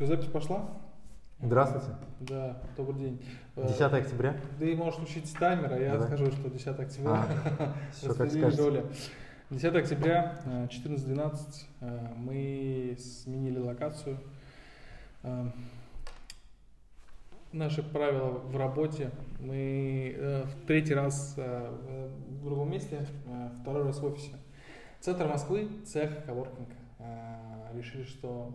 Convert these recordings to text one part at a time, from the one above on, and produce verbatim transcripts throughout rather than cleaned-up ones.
Что, запись пошла? Здравствуйте. Да, добрый день. десятое октября. Ты можешь включить таймер, а я Давай. скажу, что десятое октября. А, все как Распределили скажете. роли. десятое октября, четырнадцать двенадцать, мы сменили локацию. Наши правила в работе. Мы э, в третий раз э, в другом месте, э, второй раз в офисе. Центр Москвы, цех, коворкинг. Э, решили, что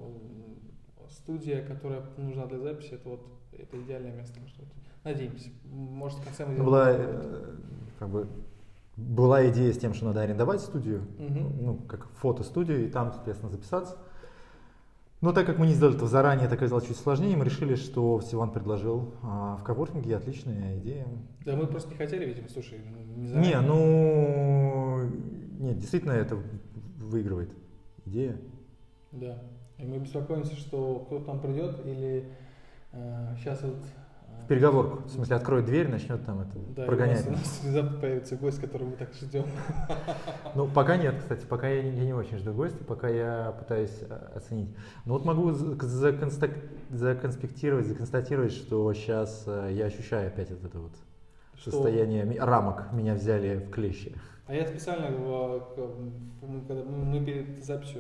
студия, которая нужна для записи, это вот это идеальное место. Что надеемся. Может, в конце мы сделаем. Была, э, как бы, была идея с тем, что надо арендовать студию, Угу. ну, как фотостудию, и там, соответственно, записаться. Но так как мы не сделали этого заранее, это оказалось чуть сложнее, мы решили, что Севан предложил а в коворкинге отличная идея. Да, мы просто не хотели, видимо, слушай, не знаю. Не, ну, нет, действительно это выигрывает идея. Да. И мы беспокоимся, что кто-то там придет или э, сейчас вот... В переговорку, в смысле, откроет дверь, начнет там это Да, прогонять. у нас, у нас внезапно появится гость, которого мы так ждем. Ну, пока нет, кстати, пока я, я не очень жду гостя, пока я пытаюсь оценить. Но вот могу законста- законспектировать, законстатировать, что сейчас я ощущаю опять вот это вот Что? состояние ми- рамок, меня взяли в клещи. А я специально, в, в- когда мы перед записью,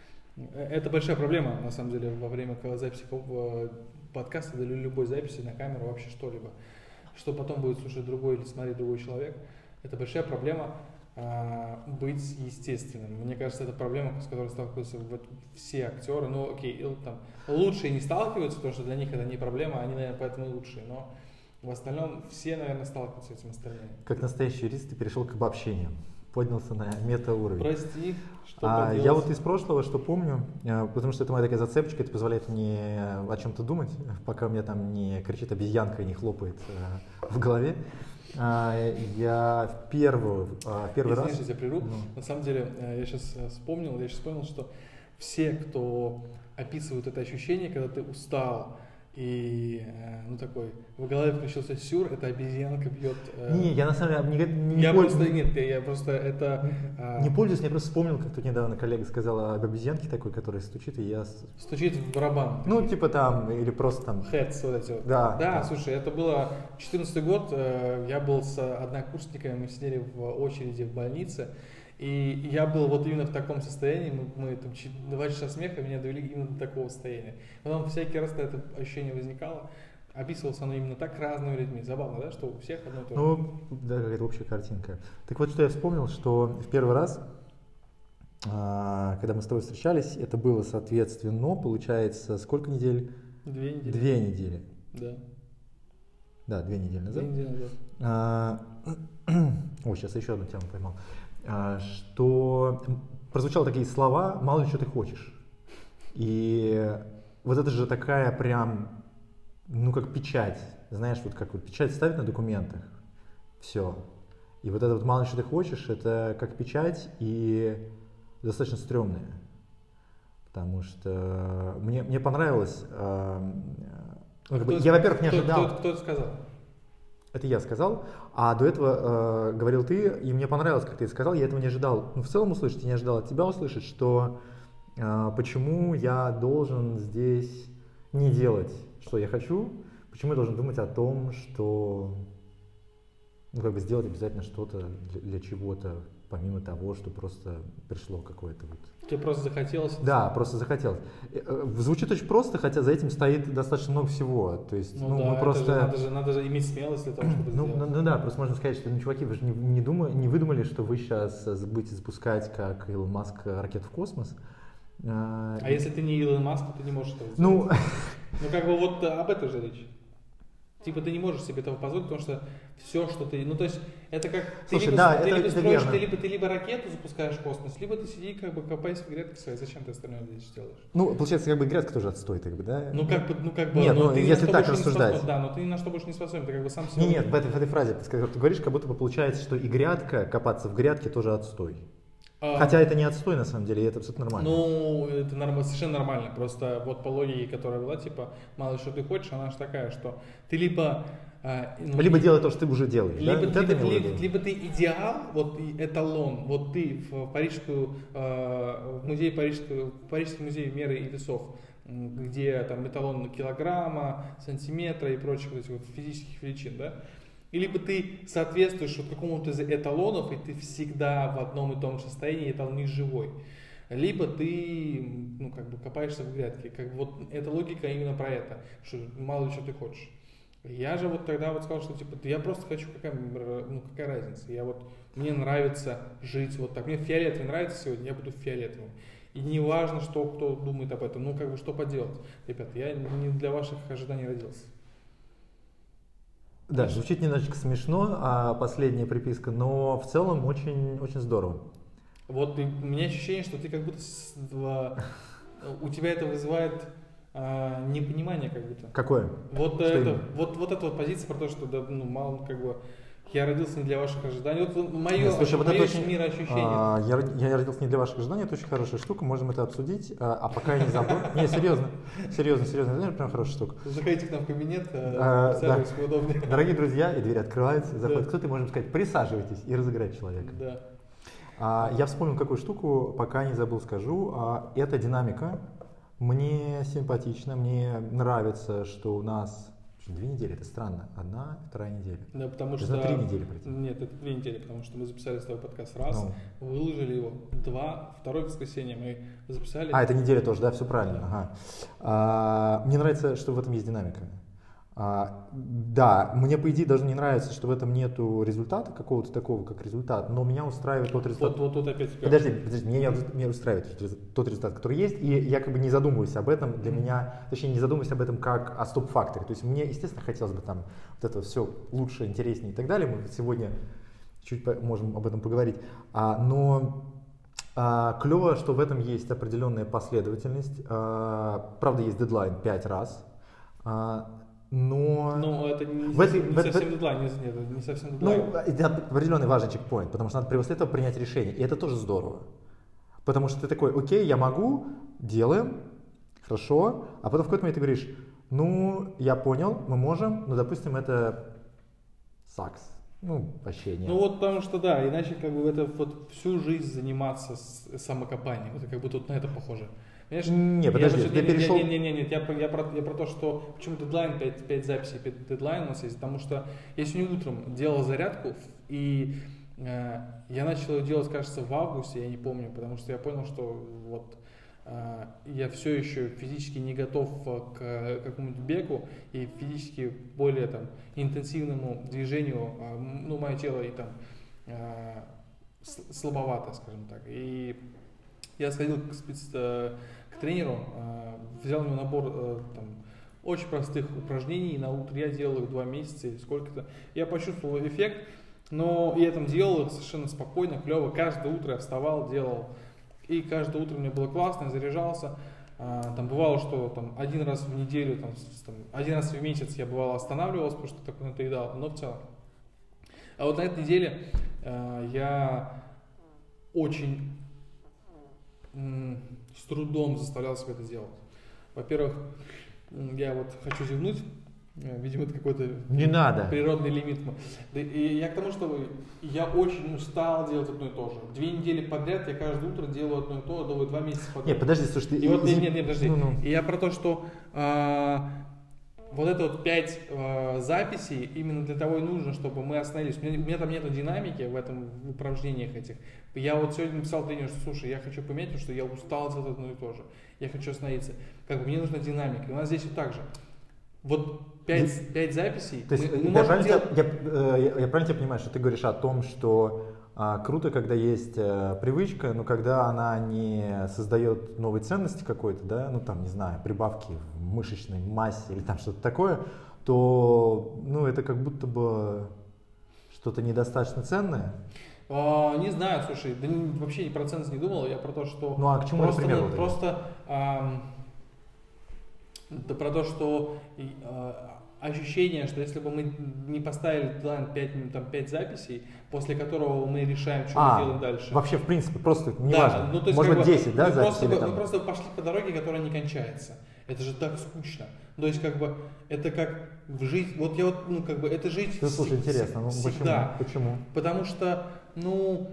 это большая проблема, на самом деле, во время записи подкаста или любой записи на камеру, вообще что-либо, что потом будет слушать другой или смотреть другой человек. Это большая проблема а, быть естественным. Мне кажется, это проблема, с которой сталкиваются вот все актеры. Ну, окей, там, лучшие не сталкиваются, потому что для них это не проблема, они, наверное, поэтому и лучшие. Но в остальном все, наверное, сталкиваются с этим остальными. Как настоящий юрист ты перешел к обобщению, поднялся на метауровень. Прости, что А, поделать. я вот из прошлого, что помню, э, потому что это моя такая зацепочка, это позволяет мне о чем-то думать, пока у меня там не кричит обезьянка и не хлопает э, в голове. А, я в первую, а, в первый Извини, раз... что я прерву. Ну. На самом деле, э, я сейчас вспомнил, я сейчас вспомнил, что все, кто описывают это ощущение, когда ты устал, и, э, ну, такой, в голове включился сюр, это обезьянка бьет... Э, Не, я на самом деле не, не, я пользуюсь, просто, нет, я, я просто, это... э, не пользуюсь, я просто вспомнил, как тут недавно коллега сказала об обезьянке такой, которая стучит, и я... с- стучит в барабан. Ну, типа там, или просто там... Heads, вот эти вот. Да. Да, слушай, это было четырнадцатый год, э, я был с однокурсниками, мы сидели в очереди в больнице, и я был вот именно в таком состоянии, мы, мы там чи- два часа смеха меня довели именно до такого состояния. Потом всякий раз, когда это ощущение возникало, описывалось оно именно так разными людьми. Забавно, да, что у всех одно и то же. Ну, да, какая-то общая картинка. Так вот, что я вспомнил, что в первый раз, а, когда мы с тобой встречались, это было, соответственно, получается, сколько недель? Две недели. Две недели. Да. Да, две недели назад. Две недели назад. А, Ой, сейчас еще одну тему поймал. А, Что прозвучали такие слова: мало ли что ты хочешь. И вот это же такая прям, ну как печать, знаешь, вот как вот печать ставят на документах, все. И вот это вот мало ли что ты хочешь, это как печать и достаточно стрёмная. Потому что мне, мне понравилось, а, ну, как бы, Кто- я, во-первых, не кто- ожидал. Кто, кто это сказал? Это я сказал, а до этого э, говорил ты, и мне понравилось, как ты это сказал, я этого не ожидал. Ну, в целом услышать, я не ожидал от тебя услышать, что э, почему я должен здесь не делать, что я хочу, почему я должен думать о том, что, ну, как бы сделать обязательно что-то для, для чего-то, помимо того, что просто пришло какое-то вот... Тебе просто захотелось? Да, просто захотелось. Э, э, Звучит очень просто, хотя за этим стоит достаточно много всего. То есть, Ну, ну, да, мы это просто... же, надо, же, надо же иметь смелость для того, чтобы Ну, сделать. ну, ну да, просто можно сказать, что, ну, чуваки, вы же не, не, думали, не выдумали, что вы сейчас будете запускать, как Илон Маск, ракету в космос. А, А если ты не Илон Маск, то ты не можешь этого сделать. Ну, Ну, как бы вот об этом же речь. Типа ты не можешь себе этого позволить, потому что все, что ты... Ну, то есть, это как... Слушай, ты либо, да, ты это- либо это строишь, верно. ты либо, ты либо ракету запускаешь в космос, либо ты сиди, как бы копайся в грядке своей. Зачем ты остальное здесь делаешь? ну, получается, как бы грядка тоже отстой, как бы, да? Ну, как бы, ну, как бы... Нет, ну, ты ни на если что так больше не рассуждать. способен. Да, но ты ни на что больше не способен, ты как бы сам себе... Не, нет, в этой, в этой фразе, ты, сказал, ты говоришь, как будто бы получается, что и грядка, копаться в грядке тоже отстой. А, Хотя это не отстой, на самом деле, и это абсолютно нормально. Ну, это норм- совершенно нормально. Просто вот по логике, которая была, типа, мало ли что ты хочешь, она же такая, что ты либо... а, ну, Либо ты- делай то, что ты уже делаешь, Либо, да? Вот это либо, имел в либо, виду? либо ты идеал, вот и эталон, вот ты в парижскую, э, в музей парижскую, в Парижский музей меры и весов где там эталон килограмма, сантиметра и прочих вот этих вот физических величин, да? И либо ты соответствуешь вот какому-то из эталонов, и ты всегда в одном и том же состоянии, эталон не живой. Либо ты, ну, как бы копаешься в грядке. Как бы вот эта логика именно про это, что мало ли что ты хочешь. Я же вот тогда вот сказал, что типа, я просто хочу, какая, ну, какая разница. Я вот, мне нравится жить вот так. Мне фиолетовый нравится сегодня, я буду фиолетовым. И не важно, что кто думает об этом. Ну, как бы, что поделать. Ребята, я не для ваших ожиданий родился. Да, звучит немножечко смешно, а последняя приписка, но в целом очень, очень здорово. Вот и у меня ощущение, что ты как будто с, в, у тебя это вызывает а, непонимание, как будто. Какое? Вот это, вот, вот эта вот позиция про то, что да, ну, мало как бы я родился не для ваших ожиданий. Вот мое, Нет, слушай, вот мое это очень, мироощущение. А, я, я родился не для ваших ожиданий, это очень хорошая штука, можем это обсудить. А, а пока я не забыл. Не, серьезно, серьезно, серьезно, это прям хорошая штука. Заходите к нам в кабинет, а, да. удобнее. Дорогие друзья, и дверь открывается, заходит Да. кто-то, можем сказать, присаживайтесь и разыграть человека. Да. А, я вспомнил какую штуку, пока не забыл, скажу. А, это динамика. Мне симпатично, мне нравится, что у нас две недели, это странно. Одна, вторая неделя. Да, потому Это что... за три недели пройти. Нет, это две недели, потому что мы записали с тобой подкаст раз, Ну. выложили его два, второе воскресенье мы записали. А, это неделя тоже, да, все правильно. Ага. А, мне нравится, что в этом есть динамика. А, да, мне по идее даже не нравится, что в этом нету результата какого-то такого, как результат, но меня устраивает тот результат. Вот, вот тут опять... Подожди, подожди, меня, меня устраивает тот результат, который есть, и я как бы не задумываюсь об этом, для mm-hmm. меня, точнее не задумываюсь об этом как о стоп-факторе. То есть мне, естественно, хотелось бы там вот это все лучше, интереснее и так далее. Мы сегодня чуть можем об этом поговорить. А, но а, клево, что в этом есть определенная последовательность. А, правда, есть дедлайн пять раз. А, Но, Но это не, в совсем, этой, не в, совсем в, дедлайн, нет, нет, не совсем дедлайн. Ну, это определенный важный чекпоинт, потому что надо после этого принять решение, и это тоже здорово. Потому что ты такой, окей, я могу, делаем, хорошо, а потом в какой-то момент ты говоришь, ну, я понял, мы можем, но, допустим, это сакс, ну, вообще нет. Ну вот потому что, да, иначе как бы это вот всю жизнь заниматься с самокопанием, это как будто вот на это похоже. Понимаешь? Не, подожди, я, ты не, перешел... Не, не, не, не, я, про, я, про, я про то, что почему дедлайн, пять, пять записей, пять дедлайн у нас есть, потому что я сегодня утром делал зарядку, и э, я начал ее делать, кажется, в августе, я не помню, потому что я понял, что вот э, я все еще физически не готов к какому-нибудь бегу и физически более там интенсивному движению, э, ну, мое тело и там э, слабовато, скажем так, и я сходил к, спец, к тренеру, взял у него набор там, очень простых упражнений на утро. Я делал их два месяца или сколько-то. Я почувствовал эффект, но я там делал их совершенно спокойно, клево. Каждое утро я вставал, делал. И каждое утро мне было классно, я заряжался. Там бывало, что там, один раз в неделю, там, там, один раз в месяц я бывало останавливался, потому что так надоедал, но в целом. А вот на этой неделе я очень с трудом заставлял себя это делать. Во-первых, я вот хочу зевнуть, видимо, это какой-то не надо. Природный лимит. И я к тому, что я очень устал делать одно и то же. Две недели подряд я каждое утро делаю одно и то, думаю, два месяца подряд. Нет, подожди, слушай, ты... И вот, нет, нет, нет, подожди. Ну, ну. И я про то, что а, вот это вот пять а, записей именно для того и нужно, чтобы мы остановились. У меня, у меня там нет динамики в этом в упражнениях этих. Я вот сегодня написал тренеру, что слушай, я хочу поменять, потому что я устал делать одно и то же. Я хочу остановиться. Как бы мне нужна динамика. И у нас здесь вот так же. Вот пять, пять записей. То есть, мы, мы я, правильно делать... тебя, я, я, я правильно тебя понимаю, что ты говоришь о том, что а, круто, когда есть а, привычка, но когда она не создает новой ценности какой-то, да, ну там, не знаю, прибавки в мышечной массе или там что-то такое, то, ну, это как будто бы что-то недостаточно ценное. А, не знаю, слушай, да не, вообще про ценность не думал, я про то, что... Ну а к чему, просто, например, ну, вот просто а, да, про то, что а, ощущение, что если бы мы не поставили план пять записей, после которого мы решаем, что а, мы делаем дальше. Вообще, в принципе, просто не да, важно. Ну, то есть, может быть, десять, бы, да, мы записей? Просто, или бы, там... мы просто пошли по дороге, которая не кончается. Это же так скучно. То есть, как бы, это как в жизни, вот я вот, ну, как бы, это жить ну, слушай, интересно, ну, всегда. Почему? Почему? Потому что, ну,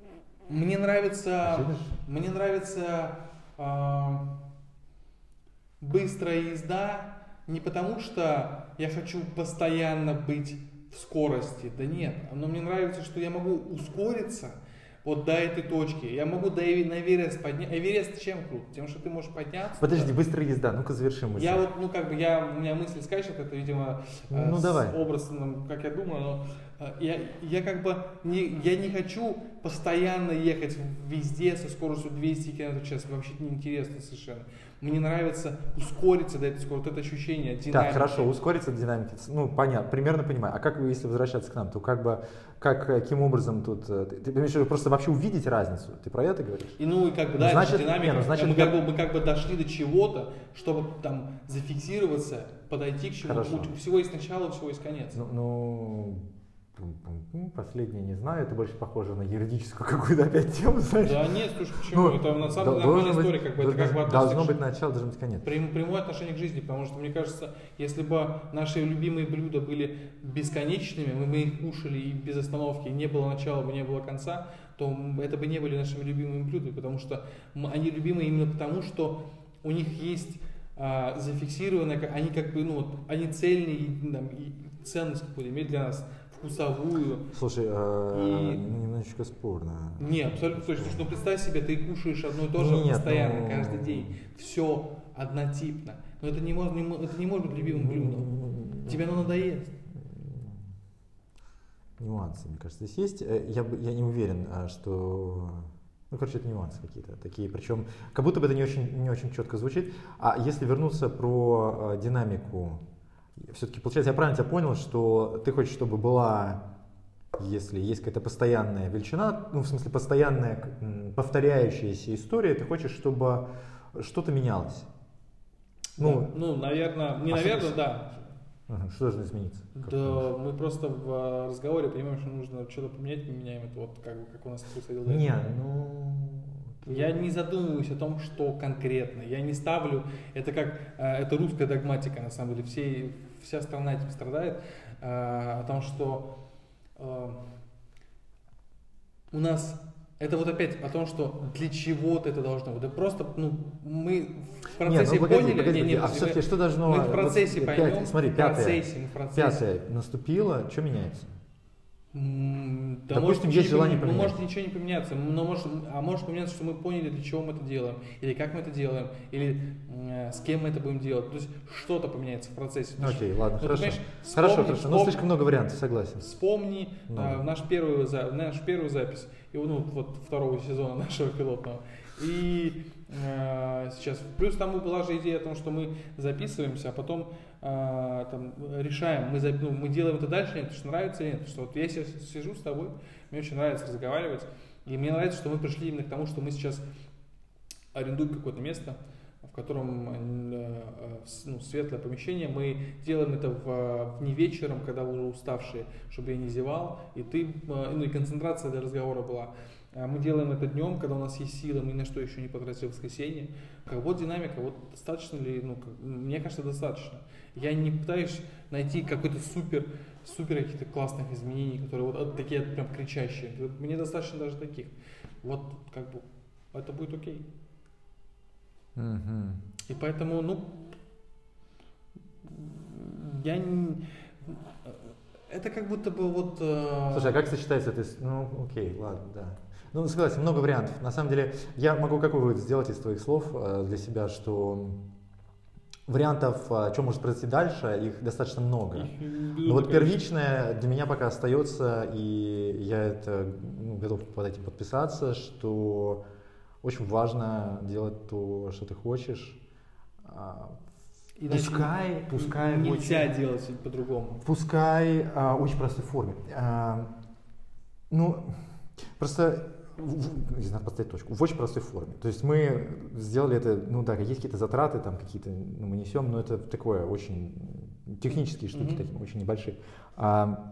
мне нравится, мне нравится, э, быстрая езда не потому, что я хочу постоянно быть в скорости. Да нет, но мне нравится, что я могу ускориться вот до этой точки. Я могу до Эви- на Эверест подняться. Эверест чем крут? Тем, что ты можешь подняться. Подожди, да. быстрая езда, ну-ка заверши мысль. Я вот, ну как бы, я, у меня мысль скачет, это, видимо, ну, с давай. образом, как я думаю, но э, я, я как бы, не, я не хочу постоянно ехать везде со скоростью двести километров в час, вообще неинтересно совершенно. Мне нравится ускориться до этой скорости, вот это ощущение динамики. Так, хорошо, ускориться до динамики, ну, понятно, примерно понимаю. А как, если возвращаться к нам, то как бы, как, каким образом тут, ты, ты понимаешь, просто вообще увидеть разницу, ты про это говоришь? И ну, и как бы, ну, да, значит, это динамика, не, ну, значит, мы, как... как бы, мы как бы дошли до чего-то, чтобы там зафиксироваться, подойти к чему-то. У всего есть начало, у всего есть конец. Ну, ну... Последнее не знаю, это больше похоже на юридическую какую-то опять тему, знаешь? Да нет, слушай, почему? Ну, это на самом деле нормальная история, как бы, должен, это как бы должно быть начало, должен быть конец. Прям, прямое отношение к жизни, потому что, мне кажется, если бы наши любимые блюда были бесконечными, мы, мы их кушали и без остановки, и не было начала, бы не было конца, то это бы не были нашими любимыми блюдами, потому что мы, они любимые именно потому, что у них есть а, зафиксированное, они как бы, ну, вот, они цельные, и, там, и ценность какую-то имеют для нас. Вкусовую. Слушай, а, и... немножечко спорно. Не, абсолютно точно. Ну представь себе, ты кушаешь одно и то же Нет, постоянно, ну... каждый день. Все однотипно. Но это не может, это не может быть любимым блюдом. Тебе оно надоест. Нюансы, мне кажется, здесь есть. Я, я не уверен, что... Ну, короче, это нюансы какие-то такие. Причем, как будто бы это не очень, не очень четко звучит. А если вернуться про э, динамику, все-таки, получается, я правильно тебя понял, что ты хочешь, чтобы была, если есть какая-то постоянная величина, ну, в смысле, постоянная повторяющаяся история, ты хочешь, чтобы что-то менялось? Ну, да. ну наверное, не а наверное, да. Ага, что должно измениться? Да, мы просто в разговоре понимаем, что нужно что-то поменять, мы меняем это, вот как, как у нас происходило. Не, ну... Я не задумываюсь о том, что конкретно. Я не ставлю, это как, это русская догматика, на самом деле, все, вся страна этим страдает, о том, что у нас, это вот опять о том, что для чего-то это должно быть. Да просто, ну, мы в процессе нет, ну, погоди, поняли, погоди, не, не, а все-таки что должно... Мы в процессе вот, поймем, пять, смотри, в пятое, процессе, мы в процессе. Пятое наступило, что меняется? Да, допустим, может, есть желание поменять. поменять. Ну, может ничего не поменяться, но может, а может поменяться, что мы поняли, для чего мы это делаем, или как мы это делаем, или э, с кем мы это будем делать. То есть что-то поменяется в процессе. Ну, окей, ладно, ну, хорошо. Хорошо, хорошо, вспомни, но слишком много вариантов, согласен. Вспомни э, наш первую, в нашу первую запись, и, ну, вот второго сезона нашего пилотного. И э, сейчас, плюс там была же идея о том, что мы записываемся, а потом э, там, решаем, мы, ну, мы делаем это дальше, нет, что нравится или нет. Потому что вот я сижу с тобой, мне очень нравится разговаривать, и мне нравится, что мы пришли именно к тому, что мы сейчас арендуем какое-то место, в котором э, ну, светлое помещение, мы делаем это в, в не вечером, когда уже уставшие, чтобы я не зевал, и ты, э, ну и концентрация для разговора была. Мы делаем это днем, когда у нас есть силы, мы ни на что еще не потратили в воскресенье. Как вот динамика, вот достаточно ли, ну, как, мне кажется, достаточно. Я не пытаюсь найти какой-то супер, супер каких-то классных изменений, которые вот такие прям кричащие. Мне достаточно даже таких. Вот как бы это будет окей. Mm-hmm. И поэтому, ну, я не... Это как будто бы вот... Слушай, а как сочетается это? Ну, окей, ладно, да. Ну, согласен, много вариантов. На самом деле, я могу какой вывод сделать из твоих слов э, для себя, что вариантов, э, что может произойти дальше, их достаточно много. Но вот первичное для меня пока остается, и я это ну, готов под этим подписаться, что очень важно делать то, что ты хочешь. И пускай, пускай нельзя очень, делать по-другому. Пускай а, в очень простой форме. А, ну, просто здесь надо поставить точку. В очень простой форме. То есть мы сделали это, ну да, есть какие-то затраты, там какие-то ну, мы несем, но это такое очень технические штуки, mm-hmm. такие очень небольшие. А,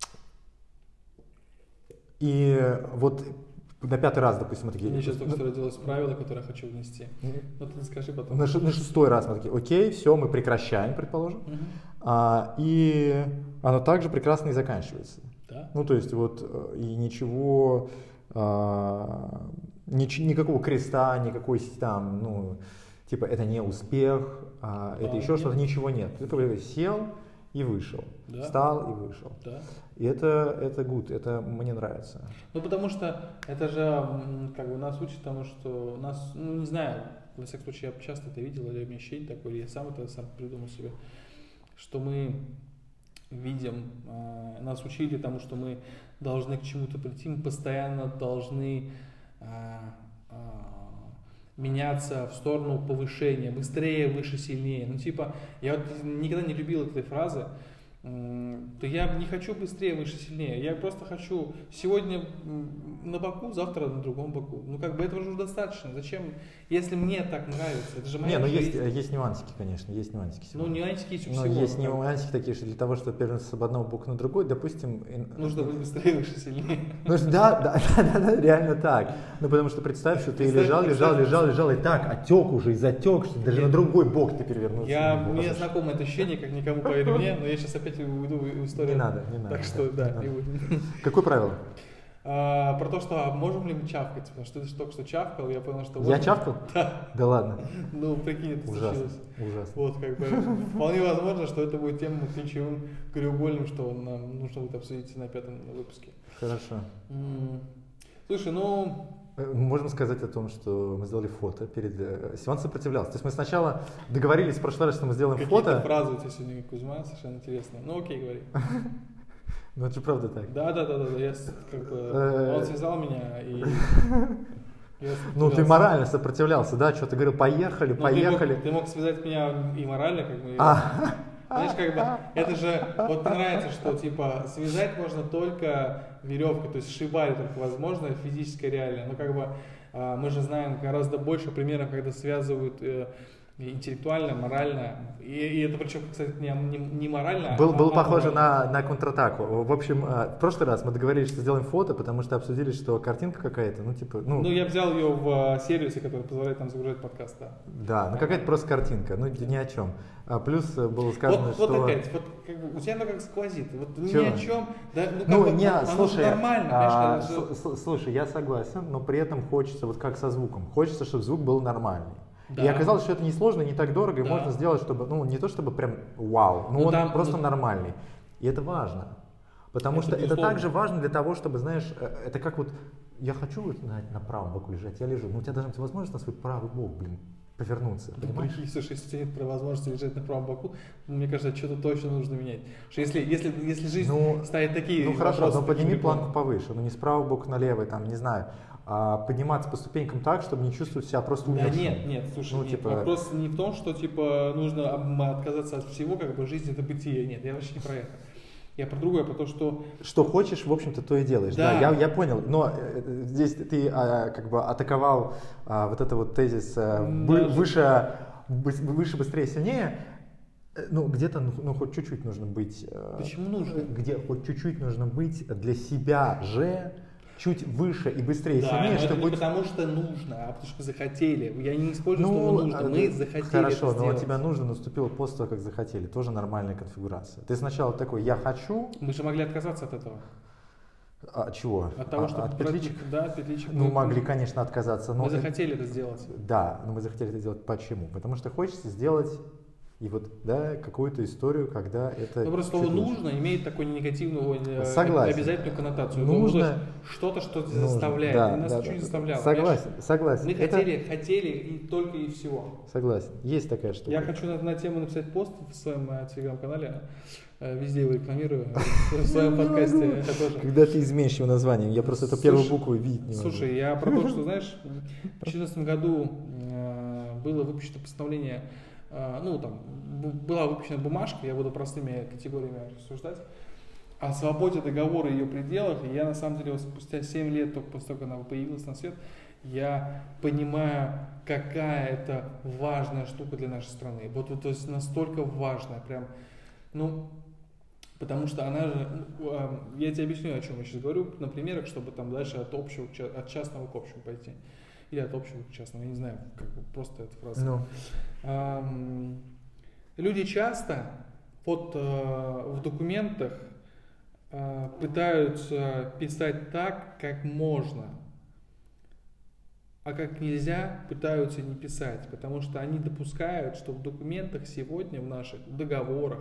и вот на пятый раз, допустим, мы такие... Мне сейчас только что родилось правило, которое я хочу внести. Mm-hmm. Но ты скажи потом. На, на шестой раз мы такие, окей, все, мы прекращаем, предположим. Mm-hmm. А, и оно также прекрасно и заканчивается. Да? Ну, то есть вот и ничего, а, нич, никакого креста, никакой там, ну, Типа это не успех, а, это Да, еще нет. что-то, ничего нет. Ты только сел и вышел, Да. встал и вышел. Да. И это, это good, это мне нравится. Ну, потому что это же, м, как бы, нас учит тому, что нас, ну, не знаю, во всяком случае, я часто это видел, или у меня ощущение такое, или я сам это сам придумал себе, что мы видим, э, нас учили тому, что мы должны к чему-то прийти, мы постоянно должны э, э, меняться в сторону повышения, быстрее, выше, сильнее. Ну, типа, я вот никогда не любил этой фразы, то я не хочу быстрее, выше, сильнее. Я просто хочу сегодня на боку, завтра на другом боку. Ну, как бы этого уже достаточно. Зачем, если мне так нравится? Это же моя Не, ну жизнь. есть, есть нюансики, конечно, есть нюансики. Ну, нюансики есть у всего. Но есть как бы. нюансики такие, что для того, чтобы перевернуться с одного бока на другой, допустим... Нужно быть быстрее, выше, сильнее. Ну, да, да, да, да, да, реально так. Ну, потому что представь, что ты Представь, лежал, лежал, представь. лежал, лежал, и так, отек уже, и затек, что даже Нет. на другой бок ты перевернулся. Я, не мне можешь. знакомо это ощущение, как никому, поверь мне, но я сейчас опять уйду в историю. Не надо, не надо. Так что, да, не не надо. будем. Какое правило? А, про то, что а можем ли мы чавкать, потому что ты же только что чавкал, я понял, что... Я можно. чавкал? Да. Да ладно. Ну, прикинь, это Ужасно, случилось. ужасно. Вот, как бы, вполне возможно, что это будет тем ключевым краеугольным, что нам нужно будет обсудить на пятом выпуске. Хорошо. М. Слушай, ну, Э, Можем сказать о том, что мы сделали фото перед... э, Сиван сопротивлялся. То есть мы сначала договорились в прошлый раз, что мы сделаем какие-то фото. фразы у тебя сегодня, Кузьма, совершенно интересные. Ну, окей, говори. Ну это же правда так. Да, да, да, да, да, я с- как бы, Э. он связал меня и... я Ну ты сопротивлялся. морально сопротивлялся, да? Что ты говорил, поехали, Ну, ты поехали. мог, ты мог связать меня и морально, как бы. и- А. Знаешь, как бы, это же, вот мне нравится, что, типа, связать можно только веревкой, то есть сшибали только возможно, физическое реально, но, как бы, а, мы же знаем гораздо больше примеров, когда связывают э, интеллектуально, морально, и, и это причем, кстати, не, не, не морально, Был, а было а похоже морально. на, на контратаку. В общем, э, в прошлый раз мы договорились, что сделаем фото, потому что обсудили, что картинка какая-то, ну типа, ну, Ну, я взял ее в э, сервисе, который позволяет нам загружать подкаст, да. да, ну какая-то просто картинка, ну ни о чем. А плюс э, было сказано, Вот, что... вот опять, вот как бы, у тебя оно как сквозит, вот ни Чего? о чем, да, ну, как Ну, бы, не, оно слушай, нормально, а, конечно, это же- с- с- слушай, я согласен, но при этом хочется, вот как со звуком, хочется, чтобы звук был нормальный. Да. И оказалось, что это не сложно, не так дорого, и Да. можно сделать, чтобы, ну, не то чтобы прям вау, но Ну, он там, просто ну- нормальный. И это важно. Потому Это что это безусловно. также важно для того, чтобы, знаешь, э, это как вот, я хочу вот на, на правом боку лежать, я лежу, но у тебя должна быть возможность на свой правый бок, блин, повернуться, Ну, понимаешь? прикинь, слушай, если у тебя нет возможности лежать на правом боку, мне кажется, что-то точно нужно менять. Потому что если, если, если жизнь Ну, ставит такие Ну хорошо, вопросы, но подними такими планку планами. повыше, ну не с правого бока на левый, там, не знаю, а подниматься по ступенькам так, чтобы не чувствовать себя просто Да умершим. нет, нет, слушай, Ну, нет, типа- вопрос не в том, что типа нужно об- отказаться от всего, как бы жизнь это бытие. Нет, я вообще не про это. Я про другое, про то, что Что хочешь, в общем-то, то и делаешь. Да, Да. я, я понял. Но э, здесь ты а, как бы атаковал а, вот это вот тезис а, вы- Даже- выше, быс- выше, быстрее, сильнее. Э, Ну, где-то, ну, ну, хоть чуть-чуть нужно быть. э, почему нужно? Где хоть чуть-чуть нужно быть для себя же чуть выше и быстрее, Да, сильнее, но это чтобы не быть... потому что нужно, а потому что захотели. Я не использую Ну, слово нужно, а, мы да, захотели Хорошо, это но сделать. тебя нужно, наступило после того, как захотели. Тоже нормальная конфигурация. Ты сначала такой, я хочу, Мы же могли отказаться от этого. а чего? От того, А- что от петличек? Да, от петличек. Ну, Мы- могли, конечно, отказаться, но... Мы это- захотели это сделать. Да, но мы захотели это сделать почему? Потому что хочется сделать и вот, да, какую-то историю, когда это... Ну, просто чуть слово лучше. нужно имеет такую негативную, э, Согласен. обязательную коннотацию. Нужно- Ну, то есть что-то, что тебя Нужно, заставляет. да, и нас да, ничего да, не да. заставляло. Согласен, понимаешь? согласен. Мы Это- хотели, хотели и только и всего. Согласен. Есть такая штука. Я хочу на, на тему написать пост в своем э, телеграм-канале. Э, Везде его рекламирую. В своем подкасте я тоже. Когда ты изменишь его название, я просто эту Слушай, первую букву видеть не могу. Слушай, я про то, что, знаешь, в две тысячи четырнадцатом году э, было выпущено постановление, э, ну, там, бу- была выпущена бумажка, я буду простыми категориями рассуждать, о свободе договора и ее пределах, и я, на самом деле, вот спустя семь лет, только после того, как она появилась на свет, я понимаю, какая это важная штука для нашей страны. Вот, вот, то есть настолько важная, прям, ну, потому что она же, ну, э, я тебе объясню, о чем я сейчас говорю, на примерах, чтобы там дальше от общего, к ча- от частного к общему пойти. Или от общего к частному, я не знаю, как бы просто эта фраза. Ну, Ам, Люди часто вот э, в документах э, пытаются писать так, как можно. а как нельзя пытаются не писать, потому что они допускают, что в документах сегодня, в наших договорах,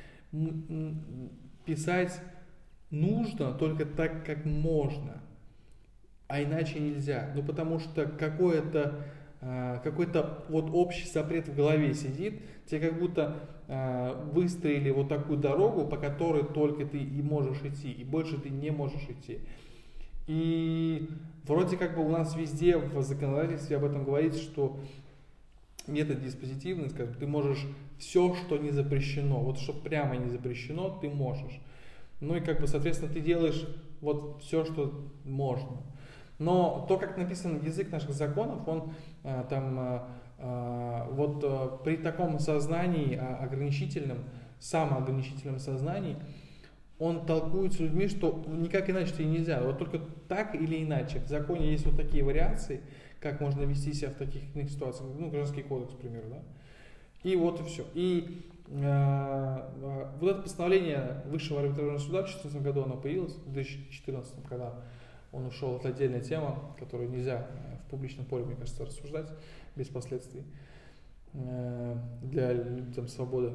писать нужно только так, как можно, а иначе нельзя. Ну потому что какое-то какой-то вот общий запрет в голове сидит, тебе как будто э, выстроили вот такую дорогу, по которой только ты и можешь идти, и больше ты не можешь идти. И вроде как бы у нас везде в законодательстве об этом говорится, что метод диспозитивный, скажем, ты можешь все, что не запрещено, вот что прямо не запрещено, ты можешь. Ну и как бы, соответственно, ты делаешь вот все, что можно. Но то, как написан язык наших законов, он а, там а, а, вот а, при таком сознании а, ограничительном, самоограничительном сознании, он толкуется людьми, что никак иначе и нельзя, вот только так или иначе. В законе есть вот такие вариации, как можно вести себя в таких ситуациях, ну, Гражданский кодекс, к примеру, да. И вот и все. И э, вот это постановление Высшего арбитражного суда в две тысячи четырнадцатом году оно появилось, в две тысячи четырнадцатом, когда он ушел, это отдельная тема, которую нельзя в публичном поле, мне кажется, рассуждать без последствий для там, свободы.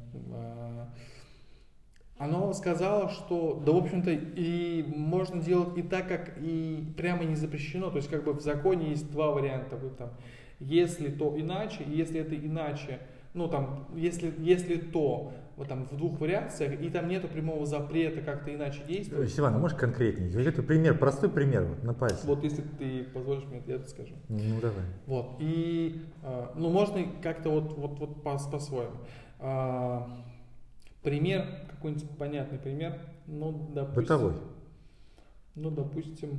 Оно сказало, что, да, в общем-то, и можно делать и так, как и прямо не запрещено. То есть, как бы в законе есть два варианта. Вы, там, если то иначе, и если это иначе, ну там, если, если то, вот там в двух вариациях, и там нету прямого запрета как-то иначе действовать. Сиван, а можешь конкретнее? Какой-то пример, простой пример вот, на пальце. Вот если ты позволишь мне, я это скажу. Ну давай. Вот, и, ну можно как-то вот, вот, вот по, по-своему. Пример, какой-нибудь понятный пример, ну, допустим. Бытовой. Ну, допустим,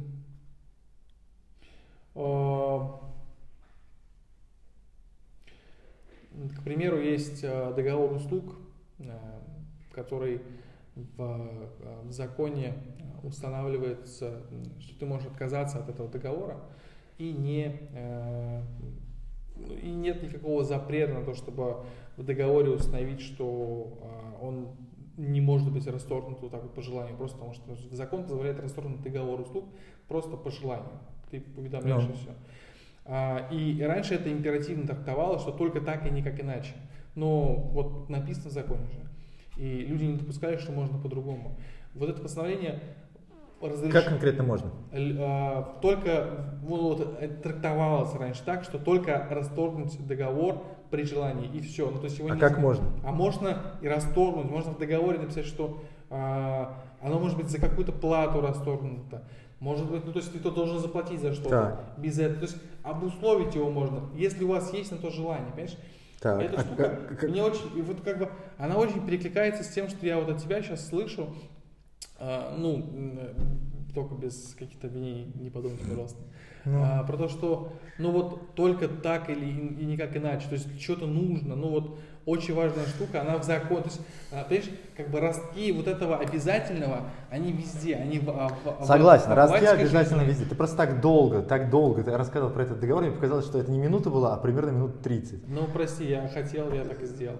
к примеру, есть договор услуг, который в, в законе устанавливается, что ты можешь отказаться от этого договора, и, не, и нет никакого запрета на то, чтобы в договоре установить, что он не может быть расторгнут вот так вот по желанию, просто потому что закон позволяет расторгнуть договор услуг просто по желанию. Ты уведомляешь, no. и все. И раньше это императивно трактовалось, что только так и никак иначе. Но вот написано в законе же. И люди не допускали, что можно по-другому. Вот это постановление разреш... Как конкретно можно? Только вот, трактовалось раньше так, что только расторгнуть договор при желании, и все. Ну, то есть его а не... как можно? А можно и расторгнуть. Можно в договоре написать, что а, оно может быть за какую-то плату расторгнуто. Может быть, ну то есть ты должен заплатить за что-то. Так. Без этого. То есть обусловить его можно, если у вас есть на то желание, понимаешь? Так. Эта а, штука, как, как... мне очень, вот как бы, она очень перекликается с тем, что я вот от тебя сейчас слышу. А, ну, только без каких-то обвинений, не подумайте, пожалуйста. Ну. А, про то, что, ну вот только так или и никак иначе, то есть что-то нужно, ну вот очень важная штука, она в законе, то есть, понимаешь, как бы ростки вот этого обязательного, они везде, они в, в Согласен, в, ростки обязательно жизни. Везде. Ты просто так долго, так долго ты рассказывал про этот договор, мне показалось, что это не минута была, а примерно минут тридцать. Ну прости, я хотел, я так и сделал.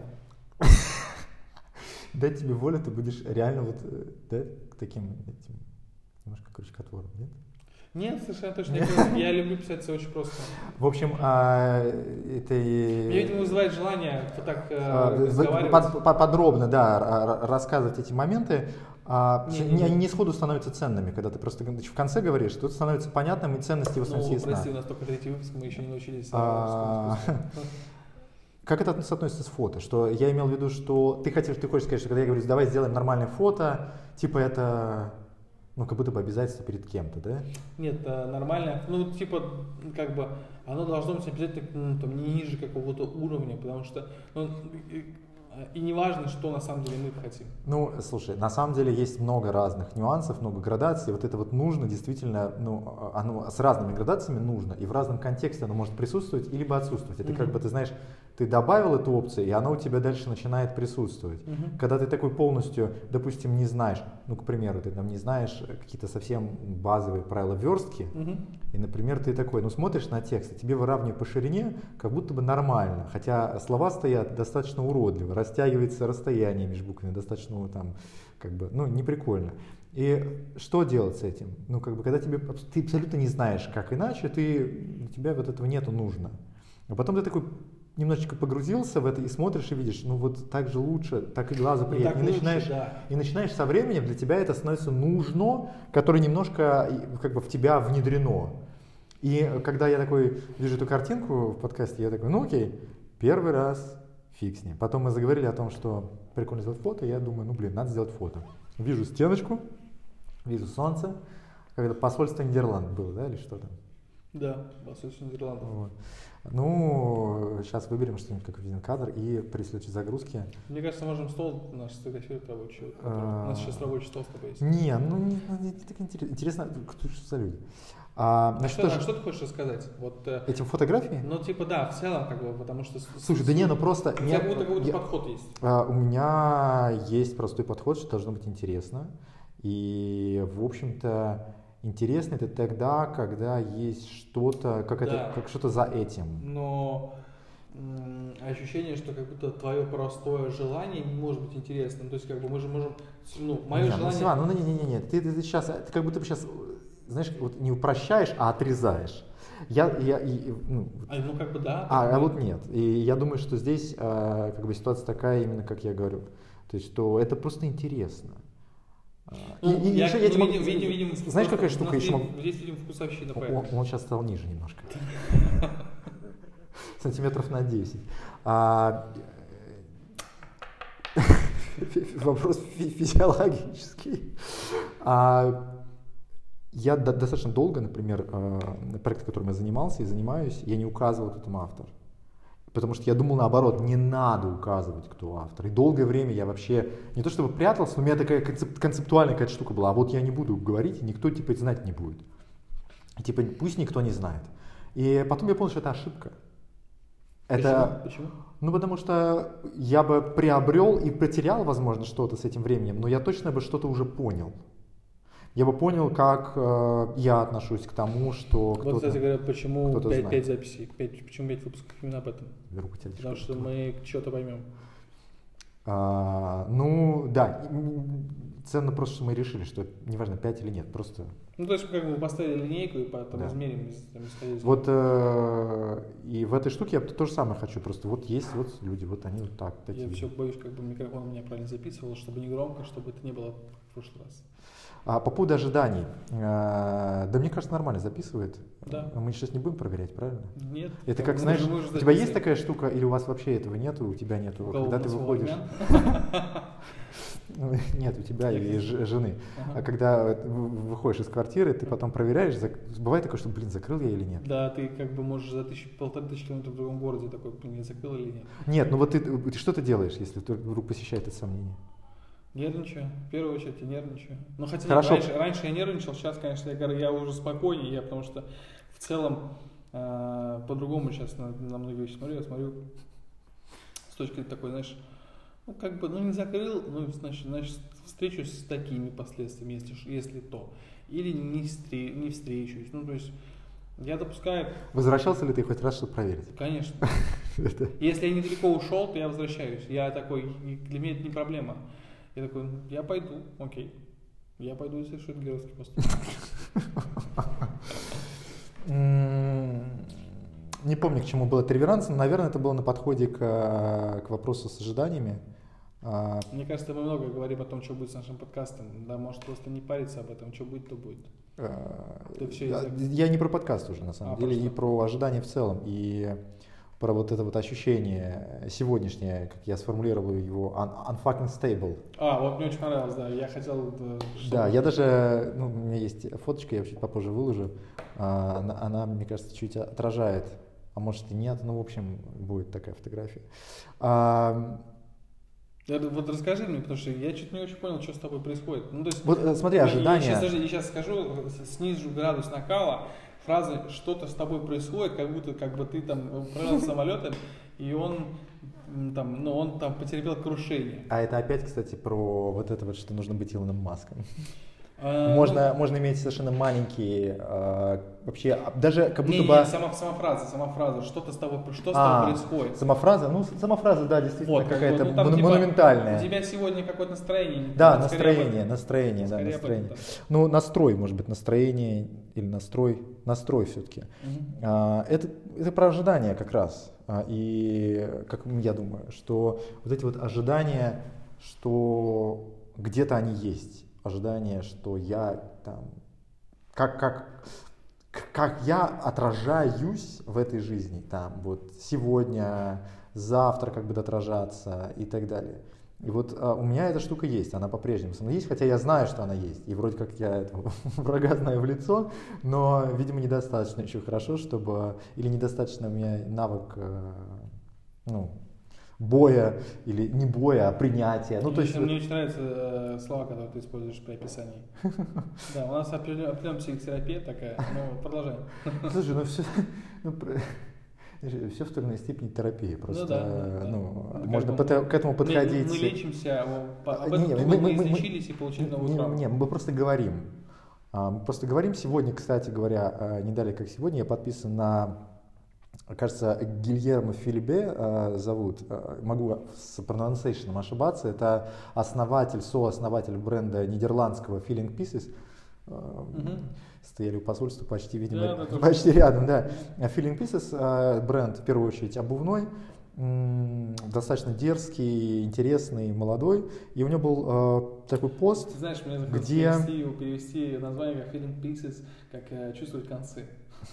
Дать тебе волю, ты будешь реально вот, да, таким, этим, немножко крючкотвором, нет? Нет, совершенно точно. Я, я люблю писать все очень просто. В общем, а, это... Мне, видимо, вызывает желание вот так а, разговаривать. Под, под, подробно, да, рассказывать эти моменты. А, не, не, не, они не сходу становятся ценными, когда ты просто в конце говоришь, что это становится понятным, и ценность его становится ясна. Ну, прости, у нас только третий выпуск, мы еще не научились. А, как это соотносится с фото? Что я имел в виду, что ты хотел, ты хочешь сказать, что когда я говорю, давай сделаем нормальное фото, типа это... Ну, как будто бы обязательство перед кем-то, да? Нет, нормально. Ну, типа, как бы, оно должно быть обязательно ну, там, не ниже какого-то уровня, потому что, ну, и, и не важно, что на самом деле мы хотим. Ну, слушай, на самом деле есть много разных нюансов, много градаций. Вот это вот нужно действительно, ну, оно с разными градациями нужно, и в разном контексте оно может присутствовать, либо отсутствовать. Это mm-hmm. как бы, ты знаешь, ты добавил эту опцию, и она у тебя дальше начинает присутствовать. Мгм. Когда ты такой полностью, допустим, не знаешь, ну, к примеру, ты там не знаешь какие-то совсем базовые правила верстки, Мгм. и, например, ты такой, ну, смотришь на текст, и тебе выравнивают по ширине, как будто бы нормально, хотя слова стоят достаточно уродливо, растягивается расстояние между буквами, достаточно, ну, там, как бы, ну, не прикольно. И что делать с этим? Ну, как бы, когда тебе, ты абсолютно не знаешь, как иначе, ты, у тебя вот этого нету нужно. А потом ты такой немножечко погрузился в это и смотришь и видишь, ну вот так же лучше, так и глазу Ну, приятнее. так И лучше, начинаешь, да. и начинаешь со временем, для тебя это становится нужно, которое немножко и, как бы в тебя внедрено. И когда я такой вижу эту картинку в подкасте, я такой, ну окей, первый раз, фиг с ним. Потом мы заговорили о том, что прикольно сделать фото, и я думаю, ну блин, надо сделать фото. Вижу стеночку, вижу солнце, когда посольство Нидерландов было, да, или что там? Да, посольство Нидерландов. Вот. Ну, сейчас выберем что-нибудь, как один кадр, и при следующей загрузке. Мне кажется, можем стол наш сфотографировать рабочий. У А. нас сейчас рабочий стол с тобой есть. Не, ну не, ну, не так интересно. Интересно, кто что за люди. А, А значит, что, тоже а что ты хочешь рассказать? Вот, э, эти фотографии? ну, типа, да, в целом, как бы, потому что... с- Слушай, да не, ну просто... У тебя нет, будто какой-то я- подход есть. а, у меня есть простой подход, что должно быть интересно. И, в общем-то, интересно это тогда, когда есть что-то, как, Да. это, как что-то за этим. Но м, ощущение, что как будто твое простое желание не может быть интересным. То есть, как бы, мы же можем... Ну, мое Не, ну, желание... Сиван, ну не-не-не, ты, ты, ты сейчас, ты как будто бы сейчас, знаешь, вот не упрощаешь, а отрезаешь. Я, я, и, ну, А, ну, как бы, да. а, как а бы. вот нет. И я думаю, что здесь а, как бы ситуация такая, именно как я говорю. То есть, что это просто интересно. А, Ну, и- и я, еще ну, я тебе могу- видим, видим, видим, знаешь, просто какая у штука нас еще? Здесь, здесь видим вкусовщина, Он, поэтому. он сейчас стал ниже немножко. Сантиметров на десять. А, вопрос фи- физиологический. А, я до- достаточно долго, например, э, на проекте, которым я занимался и занимаюсь, я не указывал, кто там автор. Потому что я думал наоборот, не надо указывать, кто автор. И долгое время я вообще не то чтобы прятался, но у меня такая концеп- концептуальная какая-то штука была. А вот я не буду говорить, и никто типа знать не будет. И, типа пусть никто не знает. И потом я понял, что это ошибка. Это, Почему? Почему? ну, потому что я бы приобрел и потерял, возможно, что-то с этим временем, но я точно бы что-то уже понял. Я бы понял, как э, я отношусь к тому, что Вот, кто-то... кстати говоря, почему кто-то пять, знает. пять записей, пять, почему пять выпусков именно об этом? Беру потерять Потому что-то. что мы что-то поймем. А, ну, да, м, ценно просто, что мы решили, что неважно, пять или нет, просто... Ну, то есть, как бы поставили линейку и потом Да. измерим, из- там, исходя из- Вот э, и в этой штуке я то же самое хочу, просто вот есть вот люди, вот они вот так, такие. Я все боюсь, как бы микрофон у меня правильно записывал, чтобы не громко, чтобы это не было как в прошлый раз. А по поводу ожиданий, э, да мне кажется, нормально записывает. Да. Мы сейчас не будем проверять, правильно? Нет. Это мы как, же- знаешь, мы же у тебя есть записываем. такая штука, или у вас вообще этого нету, у тебя нету, У кого когда у ты нас выходишь? Волган? Ну, нет, у тебя Я и ж- жены. Ага. А когда э, в- выходишь из квартиры, ты потом проверяешь, зак- бывает такое, что, блин, закрыл я или нет? Да, ты как бы можешь за тысячу, полторы тысячи километров в другом городе такой, блин, я закрыл или нет. Нет, ну вот ты, ты что ты делаешь, если ты вдруг посещает это сомнение? Нервничаю. В первую очередь я нервничаю. Ну, хотя нет, Хорошо. раньше, раньше я нервничал, сейчас, конечно, я, говорю, я уже спокойнее, я, потому что в целом э, по-другому сейчас на, на многие вещи смотрю. Я смотрю с точки такой, знаешь, ну, как бы, ну, не закрыл, ну, значит, значит встречусь с такими последствиями, если, ж- если то. Или не, встре, не встречусь. Ну, то есть, я допускаю, Возвращался ли ты хоть раз, чтобы проверить? конечно, Это- если я недалеко ушел, то я возвращаюсь. Я такой, и для меня это не проблема. Я такой, ну, я пойду, окей. Я пойду и совершу геройский поступок. М, Не помню, к чему было это реверанс, но, наверное, это было на подходе к, к вопросу с ожиданиями. А, Мне кажется, мы много говорим о том, что будет с нашим подкастом. Да, может просто не париться об этом, что будет, то будет. а, Это всё я, из-за- я не про подкаст уже, на самом А, деле, про и что? про ожидания в целом, и про вот это вот ощущение сегодняшнее, как я сформулировал его, un- unfucking stable. А, вот мне очень понравилось, да. Я хотел, да, чтобы- Да, я даже, ну, у меня есть фоточка, я чуть попозже выложу, а, она, она, мне кажется, чуть отражает, а может и нет, ну, в общем, будет такая фотография. А, Я- Вот расскажи мне, потому что я чуть не очень понял, что с тобой происходит. Ну, то есть, вот э, смотри, я- ожидания. Я, сейчас, я сейчас скажу, с- снижу градус накала, фразы «что-то с тобой происходит», как будто как бы ты там управлял самолетом, и он там, ну, он там потерпел крушение. А это опять, кстати, про вот это вот, что нужно быть Илоном Маском. А, Можно, ну, можно иметь совершенно маленькие, э, вообще, даже как будто не, бы... Не, сама, сама фраза, сама фраза, что-то с тобой, что с а, тобой происходит. Сама фраза, ну, сама фраза, да, действительно Вот, какая-то ну, там, мон- типа, монументальная. У тебя сегодня какое-то настроение. Да, скорее настроение, об- настроение, да, скорее об настроение. этом, да. Ну, настрой, может быть, настроение или настрой, настрой все-таки. Мгм. А, это, это про ожидания как раз. А, и как я думаю, что вот эти вот ожидания, что где-то они есть. Ожидания, что я там, как, как, как я отражаюсь в этой жизни, там, вот сегодня, завтра как бы отражаться и так далее. И вот а, у меня эта штука есть, она по-прежнему со мной есть, хотя я знаю, что она есть, и вроде как я этого врага знаю в лицо, но, видимо, недостаточно еще хорошо, чтобы, или недостаточно у меня навык, э, ну, боя, или не боя, а принятия. Ну, Мне, то есть... очень, мне очень нравятся э, слова, которые ты используешь при описании. Да, у нас определенная психотерапия такая, но продолжаем. Слушай, ну все, ну, все в той или иной степени терапии. Просто, Ну да, да. ну, Ну, можно как бы под- к этому подходить. Мы, мы лечимся, об об Не, этом не, мы, мы- мы- мы- излечились и получили новую Не, травму. не, мы просто говорим. А, Мы просто говорим. Сегодня, кстати говоря, а, не далее как сегодня, я подписан на, кажется, Гильермо Филибе а, зовут. А, Могу с pronunciation ошибаться. Это основатель, сооснователь бренда нидерландского Feeling Pieces. А, Мгм. Стояли у посольства почти, видимо, Да, да, тоже. почти рядом, да. А Feeling Pieces а, бренд, в первую очередь, обувной, м, достаточно дерзкий, интересный, молодой. И у него был а, такой пост, Ты знаешь, мне захотелось где- перевести, его, перевести название как Feeling Pieces, как э, чувствовать концы.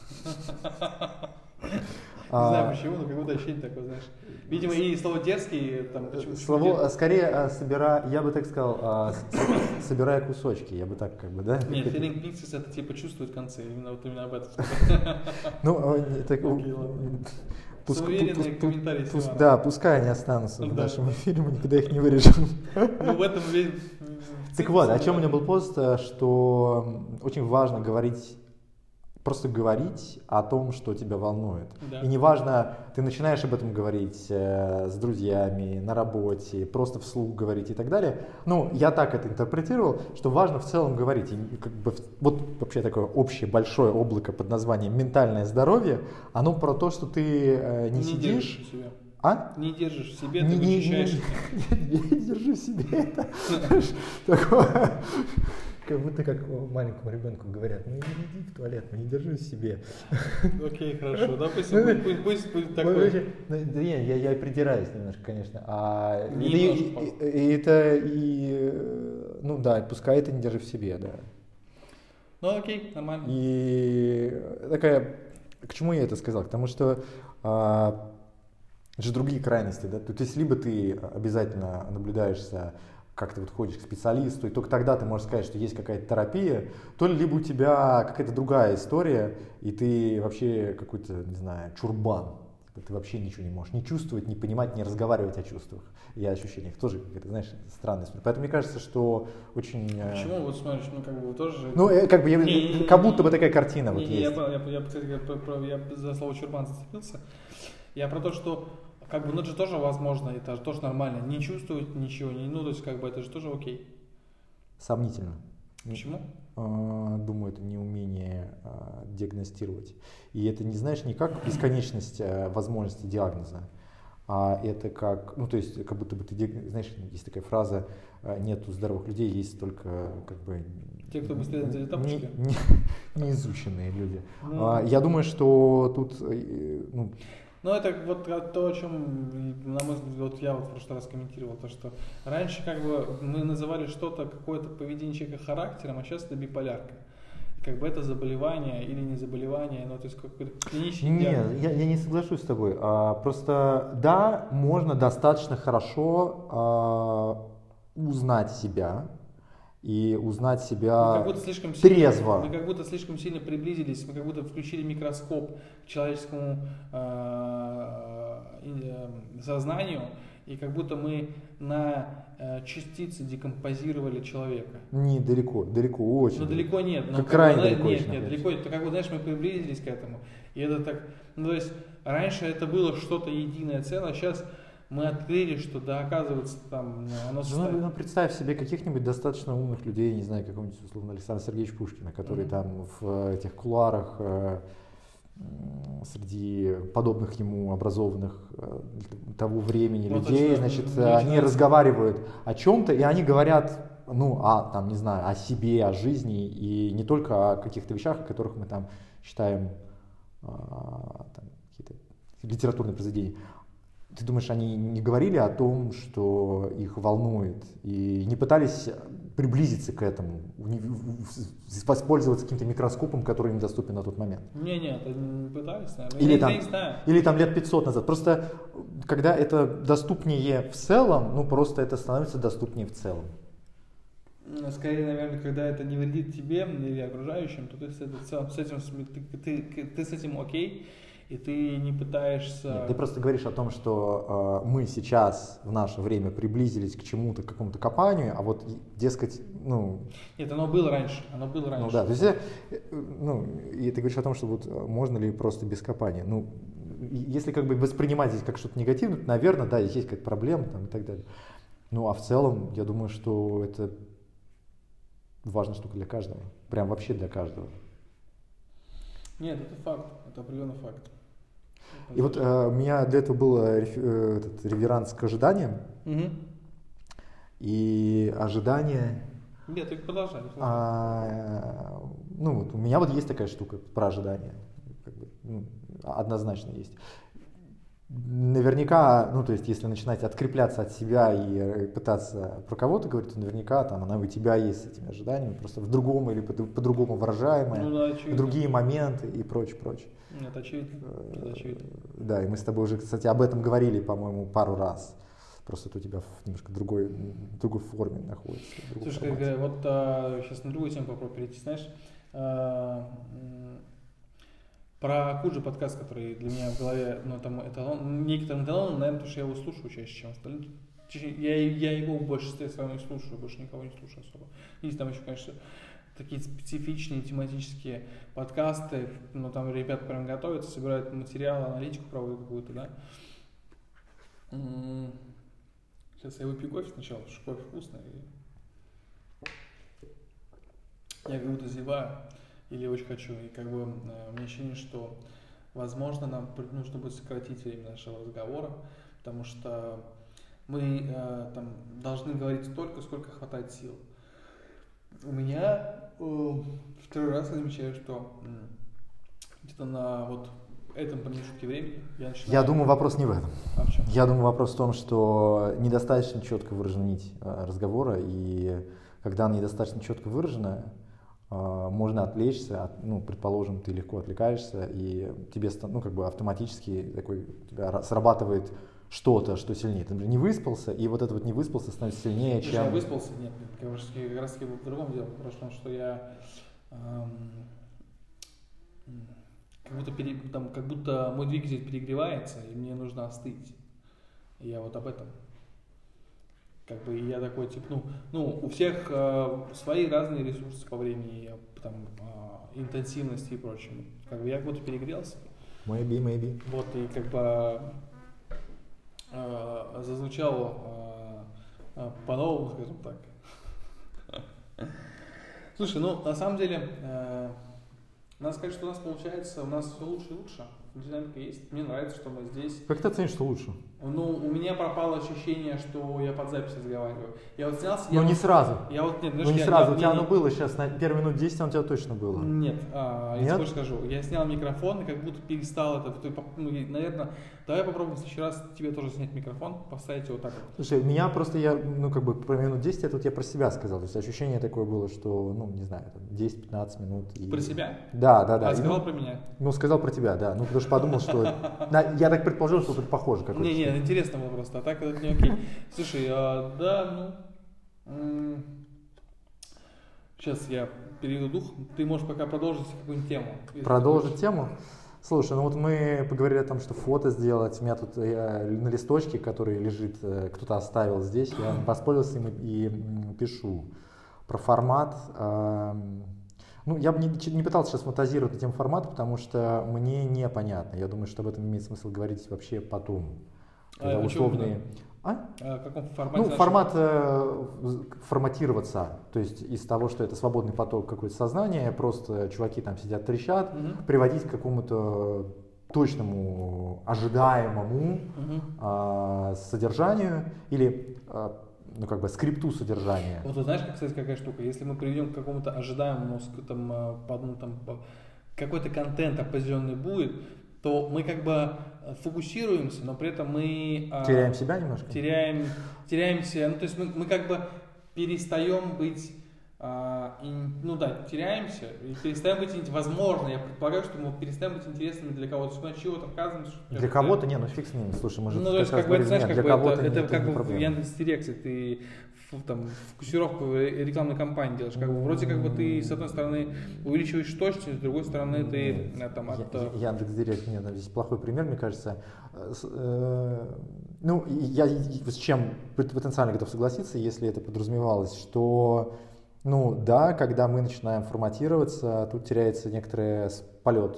Не А, знаю почему, но как будто ощущение такое, знаешь. Видимо, и слово дерзкий, там, почему Слово, а, скорее, а, собира, я бы так сказал, а, с- собирая кусочки, я бы так как бы, да? Нет, Feeling Pieces это типа чувствует концы, именно вот именно об этом. Ну, а, не, так, у- Окей, ладно. пуск- Самоуверенные пус- пус- комментарии пус- Сивана. Да, пускай они останутся в Да. нашем эфире, мы никогда их не вырежем. Ну в этом весь... Так вот, о чем у меня был пост, э, что очень важно говорить, просто говорить о том, что тебя волнует. Да. И неважно, ты начинаешь об этом говорить э, с друзьями, на работе, просто вслух говорить и так далее. Ну, я так это интерпретировал, что важно в целом говорить. И как бы, вот вообще такое общее большое облако под названием «ментальное здоровье», оно про то, что ты э, не, Не сидишь... держишь в себе. А? Не держишь в себе, Не- ты не- вычищаешь. не- Я не держу в себе это. Такое, как будто как маленькому ребенку говорят, ну иди в туалет, ну не держи в себе. Окей, хорошо, да, пусть Ну, будет- пусть- пусть будет Ну, такой. короче, ну, да не, я, я придираюсь немножко, конечно. А, и, Немножко. и- и- и это и, э, ну да, пускай это не держи в себе, да. Ну окей, нормально. И такая, к чему я это сказал? К тому, что а, это же другие крайности, да? То есть либо ты обязательно наблюдаешься, как ты вот ходишь к специалисту, и только тогда ты можешь сказать, что есть какая-то терапия, то ли либо у тебя какая-то другая история, и ты вообще какой-то, не знаю, чурбан. Типа ты вообще ничего не можешь не чувствовать, не понимать, не разговаривать о чувствах и ощущениях. Тоже какая-то, знаешь, странная история. Поэтому мне кажется, что очень... э, Почему? Вот смотришь, ну как бы вы тоже... Ну, э, как бы, я- Не, не, как не, будто бы не. такая картина вот Не, не, есть. я, понял, я, я, кстати, я, про- про- я за слово чурбан зацепился. Я про то, что как бы, ну это же тоже возможно, это же тоже нормально. Не чувствовать ничего, не, ну то есть как бы это же тоже окей. Сомнительно. Почему? А, Думаю, это неумение а, диагностировать. И это не, знаешь, не как бесконечность а, возможностей диагноза, а это как, ну то есть как будто бы ты, диаг- знаешь, есть такая фраза, а, нету здоровых людей, есть только как бы Те, кто быстрее надели не, тапочки? не- неизученные люди. Ну. А, Я думаю, что тут, э, ну, Ну, это вот то, о чем, на мой взгляд, вот я вот в прошлый раз комментировал, то, что раньше как бы мы называли что-то, какое-то поведение человека характером, а сейчас это биполярка. И как бы это заболевание или не заболевание, ну, то есть какой-то клинический Нет, диагноз. я, я не соглашусь с тобой. А, просто да, можно достаточно хорошо а, узнать себя и узнать Мы себя как будто слишком сильно, трезво. мы как будто слишком сильно приблизились, мы как будто включили микроскоп к человеческому э, и, э, сознанию, и как будто мы на э, частицы декомпозировали человека. Не, далеко, далеко, очень. Ну далеко нет. Но Как бы, крайне знаешь, далеко Нет, еще нет, находится. далеко. То, как бы, знаешь, мы приблизились к этому. И это так, ну то есть раньше это было что-то единое целое, сейчас мы открыли, что да, оказывается, там оно состоит... Ну, ну, представь себе каких-нибудь достаточно умных людей, не знаю, какого-нибудь, условно, Александра Сергеевича Пушкина, который mm-hmm. там в этих кулуарах э, среди подобных ему образованных э, того времени ну, людей, точно, значит, они начинается... разговаривают о чем-то, и они говорят, ну, о, там, не знаю, о себе, о жизни, и не только о каких-то вещах, о которых мы там считаем э, там, какие-то литературные произведения. Ты думаешь, они не говорили о том, что их волнует, и не пытались приблизиться к этому, воспользоваться каким-то микроскопом, который им доступен на тот момент? Не, не, это не пытались, наверное. Или, я там, не знаю. Или там лет пятьсот назад. Просто когда это доступнее в целом, ну просто это становится доступнее в целом. Скорее, наверное, когда это не вредит тебе или окружающим, то ты с этим, с этим, ты, ты, ты с этим окей. И ты не пытаешься... Нет, ты просто говоришь о том, что э, мы сейчас в наше время приблизились к чему-то, к какому-то копанию, а вот, дескать, ну... Нет, оно было раньше, оно было раньше. Ну да, то есть, э, ну, и ты говоришь о том, что вот можно ли просто без копания. Ну, если как бы воспринимать здесь как что-то негативное, то, наверное, да, здесь есть какая-то проблема там, и так далее. Ну, а в целом, я думаю, что это важная штука для каждого. Прям вообще для каждого. Нет, это факт, это определенный факт. И вот э, у меня для этого был э, этот реверанс к ожиданиям. Угу. И ожидания... Нет, ты продолжай. А, ну, вот у меня вот есть такая штука про ожидания. Как бы, ну, однозначно есть. Наверняка, ну, то есть, если начинать открепляться от себя и пытаться про кого-то говорить, то наверняка там она у тебя есть с этими ожиданиями, просто в другом или по-другому выражаемое, ну, да, в другие моменты и прочее, прочее. Это очевидно. Это очевидно. Да, и мы с тобой уже, кстати, об этом говорили, по-моему, пару раз. Просто это у тебя в немножко другой, другой форме находится. Слушай, как, вот а, сейчас на другую тему попробую перейти, знаешь, а, про Куджи подкаст, который для меня в голове, ну, там, эталон, некоторым эталоном, наверное, потому что я его слушаю чаще, чем остальные. Я, я его в большинстве своем не слушаю, больше никого не слушаю особо. Есть там еще, конечно, такие специфичные тематические подкасты, но там ребята прям готовятся, собирают материалы, аналитику проводят какую-то, да. Сейчас я выпью кофе сначала, потому что кофе вкусный. Я как будто зеваю. Или очень хочу, и как бы э, у меня ощущение, что, возможно, нам нужно будет сократить время нашего разговора, потому что мы э, там должны говорить столько, сколько хватает сил. У меня э, второй раз я замечаю, что э, где-то на вот этом промежутке времени я начинаю... Я думаю, вопрос не в этом. А в чем? Я думаю, вопрос в том, что недостаточно четко выражена нить разговора, и когда она недостаточно четко выражена, можно отвлечься, от, ну, предположим, ты легко отвлекаешься, и тебе, ну, как бы автоматически такой, у тебя срабатывает что-то, что сильнее. Ты, например, не выспался, и вот это вот не выспался становится сильнее, Слушай, чем... я выспался? Нет, как раз, как раз таки в другом деле, потому что я эм, как будто, пере, там, как будто мой двигатель перегревается, и мне нужно остыть. И я вот об этом. Как бы я такой, типа, ну, ну у всех э, свои разные ресурсы по времени, там, э, интенсивности и прочему. Как бы я как будто перегрелся. Maybe, maybe. Вот, и как бы э, зазвучал э, э, по-новому, скажем так. Слушай, ну, на самом деле, э, надо сказать, что у нас получается, у нас все лучше и лучше. Динамика есть. Мне нравится, что мы здесь. Как ты оценишь, что лучше? Ну, у меня пропало ощущение, что я под запись разговариваю. Я вот снялся... Но я не вот, сразу. Я вот, нет, ну знаешь, не я, сразу, я, у тебя я, оно я, было сейчас, на первые минут десять оно у тебя точно было. Нет, а, я Нет? тебе больше скажу. Я снял микрофон и как будто перестал это. Ну, наверное, давай попробуем в следующий раз тебе тоже снять микрофон, поставить его так вот. Слушай, у меня просто, я, ну, как бы, про минут десять, это вот я про себя сказал. То есть ощущение такое было, что, ну, не знаю, десять-пятнадцать минут. И... Про себя? Да, да, да. А сказал ну, про меня? Ну, сказал про тебя, да. Ну, потому что подумал, что... Я так предположил, что это похоже какой-то. Не, не, интересно было просто, а так это не окей. Слушай, а, да, ну... Сейчас я перейду дух. Ты можешь пока продолжить какую-нибудь тему. Продолжить тему? Слушай, ну вот мы поговорили о том, что фото сделать. У меня тут я, на листочке, который лежит, кто-то оставил здесь, я воспользовался им и, и пишу про формат. Ну, я бы не, не пытался сейчас фантазировать на тему формата, потому что мне непонятно. Я думаю, что об этом имеет смысл говорить вообще потом. Когда а, условные... А? А в каком формате? Ну, формат э, форматироваться, то есть из того, что это свободный поток какое-то сознания, просто чуваки там сидят, трещат, угу. приводить к какому-то точному, ожидаемому угу. э, содержанию или э, ну, как бы скрипту содержания. Вот ты знаешь, как, кстати, какая штука? Если мы приведем к какому-то ожидаемому, там, ну, там, какой-то контент определенный будет, то мы как бы фокусируемся, но при этом мы... Теряем а, себя немножко? Теряем, теряемся, ну то есть мы, мы как бы перестаем быть, а, и, ну да, теряемся, и перестаем быть, возможно, я предполагаю, что мы перестаем быть интересными для кого-то, то есть мы от чего-то отказываемся. Для кого-то, не, ну фиг с ними, слушай, мы же... Ну то есть как бы, знаешь, как бы это, это как бы в Яндекс.Директе, ты там фокусировку рекламной кампании делаешь, как бы вроде как бы ты с одной стороны увеличиваешь точность, с другой стороны ты там от... Яндекс.Директ, нет, здесь плохой пример, мне кажется. Ну, я с чем потенциально готов согласиться, если это подразумевалось, что, ну да, когда мы начинаем форматироваться, тут теряется некоторый полет,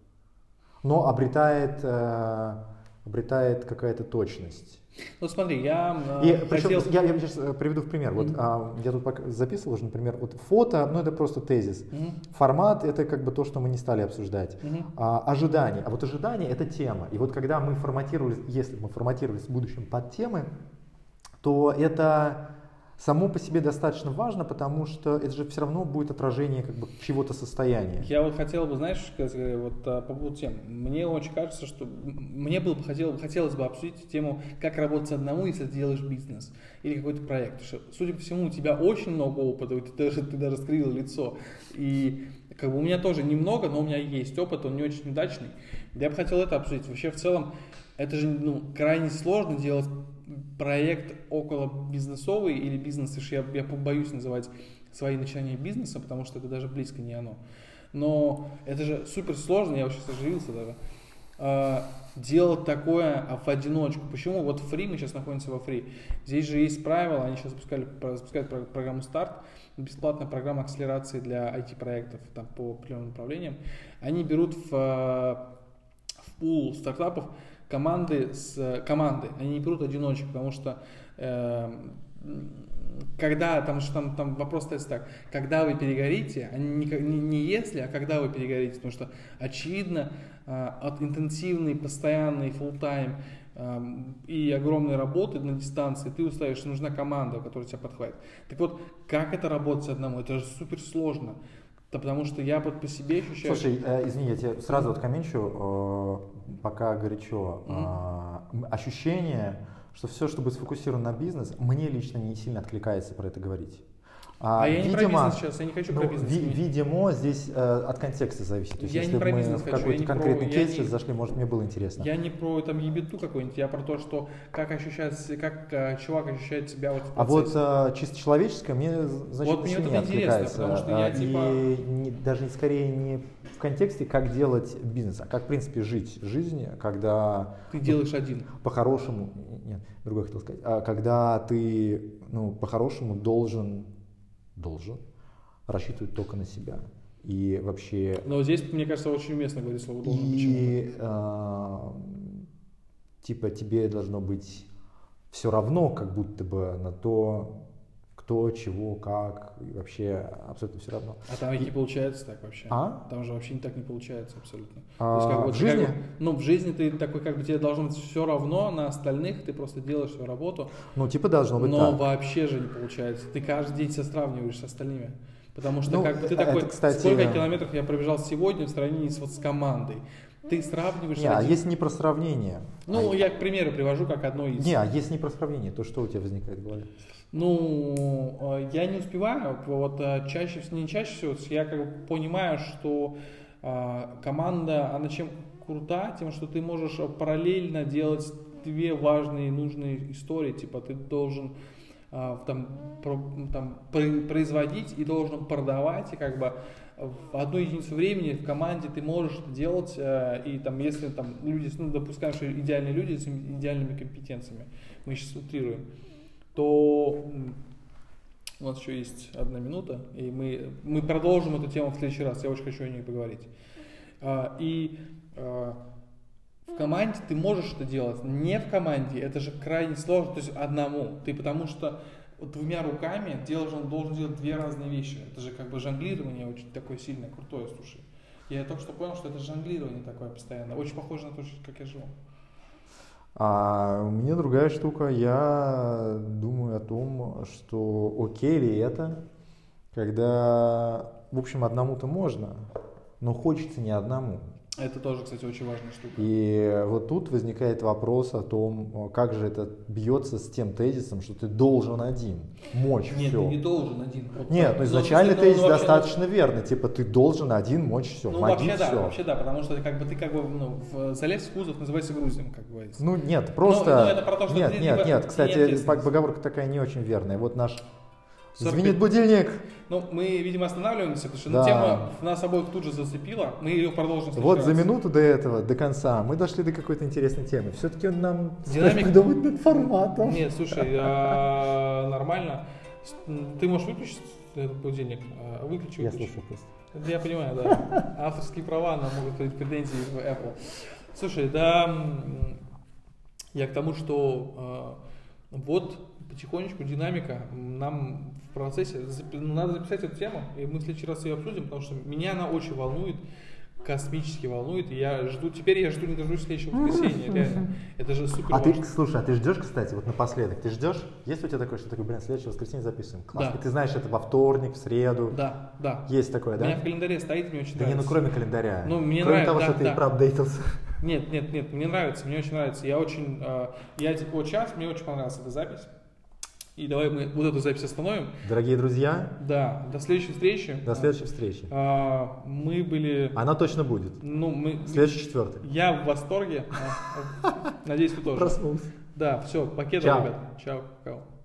но обретает, обретает какая-то точность. Ну смотри, я и, э, причем, хотел... я, я сейчас приведу в пример. Вот, mm-hmm. а, я тут записывал уже, например, вот фото, ну это просто тезис. Mm-hmm. Формат это как бы то, что мы не стали обсуждать. Mm-hmm. А, ожидание. А вот ожидание это тема. И вот когда мы форматировались, если мы форматировались в будущем под темы, то это само по себе достаточно важно, потому что это же все равно будет отражение как бы чего-то состояния. Я вот хотел бы, знаешь, сказать, вот по поводу тем. Мне очень кажется, что мне было бы хотелось, хотелось бы обсудить тему, как работать одному, если ты делаешь бизнес или какой-то проект. Потому что, судя по всему, у тебя очень много опыта, ты даже, ты даже скривил лицо. И как бы у меня тоже немного, но у меня есть опыт, он не очень удачный. Я бы хотел это обсудить. Вообще, в целом, это же ну, крайне сложно делать проект около бизнесовый или бизнес, я, я боюсь называть свои начинания бизнеса, потому что это даже близко не оно. Но это же супер сложно, я вообще оживился даже, э, делать такое в одиночку. Почему? Вот Free, мы сейчас находимся во Free. Здесь же есть правила, они сейчас запускали, запускают программу Старт, бесплатная программа акселерации для ай ти-проектов там, по определенным направлениям. Они берут в, в пул стартапов команды с команды, они не берут одиночек, потому что э, когда там, что там, там вопрос стоит так, когда вы перегорите, а не, не, не если, а когда вы перегорите, потому что очевидно э, от интенсивной, постоянной, full-time э, и огромной работы на дистанции ты устаешь, что нужна команда, которая тебя подхватит. Так вот, как это работать одному? Это же супер сложно. Да потому что я вот по себе ощущаю... Слушай, э, извини, я тебе сразу откомментирую, э, пока горячо. Mm-hmm. Э, ощущение, что все, что будет сфокусировано на бизнес, мне лично не сильно откликается про это говорить. А, а я видимо, не про бизнес сейчас, я не хочу ну, про бизнес. Ви, видимо, здесь э, от контекста зависит. То есть, я если не про мы бизнес в хочу, какой-то конкретный про, кейс не, сейчас зашли, может, мне было интересно. Я не про там ебету какой-нибудь, я про то, что как ощущается, как э, чувак ощущает себя вот в процессе. А вот э, чисто человеческое мне значительно вот сильнее откликается. Потому что я, типа... И не, даже скорее не в контексте, как делать бизнес, а как, в принципе, жить жизнь, когда... Ты делаешь ну, один. По-хорошему, нет, другое хотел сказать, а когда ты, ну, по-хорошему должен, должен рассчитывать только на себя. И вообще... Но здесь, мне кажется, очень уместно говорить слово «должен». И э, типа тебе должно быть все равно, как будто бы на то, кто, чего, как, и вообще абсолютно все равно. А там и... не получается так вообще. А? Там же вообще не так не получается абсолютно. А, То есть, как, в жизни? Как, ну, в жизни ты такой, как бы тебе должно быть все равно на остальных, ты просто делаешь свою работу. Ну, типа должно быть но так. Но вообще же не получается. Ты каждый день себя сравниваешь с остальными. Потому что ну, как бы ты это, такой, кстати, сколько километров я пробежал сегодня в сравнении с, вот, с командой. Ты сравниваешь... Не, а есть не про сравнение. Ну, а я к примеру привожу как одно из... Не, а есть не про сравнение, то что у тебя возникает в голове? Ну, я не успеваю, вот чаще, не чаще всего, я как бы понимаю, что а, команда, она чем крута, тем, что ты можешь параллельно делать две важные нужные истории, типа ты должен а, там, про, там, производить и должен продавать, и как бы в одну единицу времени в команде ты можешь это делать, э, и там, если там люди, ну, допускаем, что идеальные люди с идеальными компетенциями, мы сейчас утрируем, то э, У нас еще есть одна минута, и мы, мы продолжим эту тему в следующий раз. Я очень хочу о ней поговорить. А, и а, в команде ты можешь это делать. Не в команде, это же крайне сложно, то есть одному. Ты потому что двумя руками должен, должен делать две разные вещи. Это же как бы жонглирование очень такое сильное, крутое, слушай. Я только что понял, что это жонглирование такое постоянно. Очень похоже на то, как я живу. А у меня другая штука. Я думаю о том, что окей ли это, когда, в общем, одному-то можно, но хочется не одному. Это тоже, кстати, очень важная штука. И вот тут возникает вопрос о том, как же это бьется с тем тезисом, что ты должен один, мочь Нет, все. ты не должен один. Вот Нет, так. ну изначально ну, тезис ну, достаточно верный, типа ты должен один мочь все, Ну моги вообще все. да, вообще да, потому что как бы ты как бы ну, в, залез в кузов, называется грузим, как говорится. Ну нет, просто... Ну, ну, это про то, что нет, ты нет, либо- нет, кстати, нет, поговорка такая не очень верная. Вот наш... сорок Звенит пять. будильник. Ну, мы, видимо, останавливаемся, потому что Да. ну, тема нас обоих тут же зацепила. Мы ее продолжим в следующий Вот раз. за минуту до этого, до конца, мы дошли до какой-то интересной темы. Все-таки нам Динамика- придумать над форматом. Нет, слушай, а, нормально. С- Ты можешь выключить этот будильник? А, Выключи, Я выключи. слушаю просто. Я понимаю, да. Авторские права нам могут быть претензии в Apple. Слушай, да, м, я к тому, что э, вот потихонечку динамика нам в процессе, запи- надо записать эту тему, и мы в следующий раз ее обсудим, потому что меня она очень волнует, космически волнует, и я жду, теперь я жду, не дождусь следующего воскресенья, реально. Это же супер А ты, важно. слушай, а ты ждешь, кстати, вот напоследок, ты ждешь? Есть у тебя такое, что такое, блин, следующее воскресенье записываем? Класс. Да. И ты знаешь, это во вторник, в среду. Да, да. Есть такое, У да? меня в календаре стоит, мне очень Да не, нравится. ну кроме календаря. Ну, мне кроме нравится, того, да, что ты да. проапдейтился. Нет, нет, нет, мне нравится, мне очень нравится. Я очень, э, я типа, вот сейчас, мне очень понравилась эта запись. И давай мы вот эту запись остановим. Дорогие друзья, Да, до следующей встречи. до следующей встречи. А, мы были, Она точно будет. ну, мы, Следующий четвертый. я в восторге. А, Надеюсь, вы тоже. Проснулся. Да, все, пакет, Чао. ребят. Чао, чао.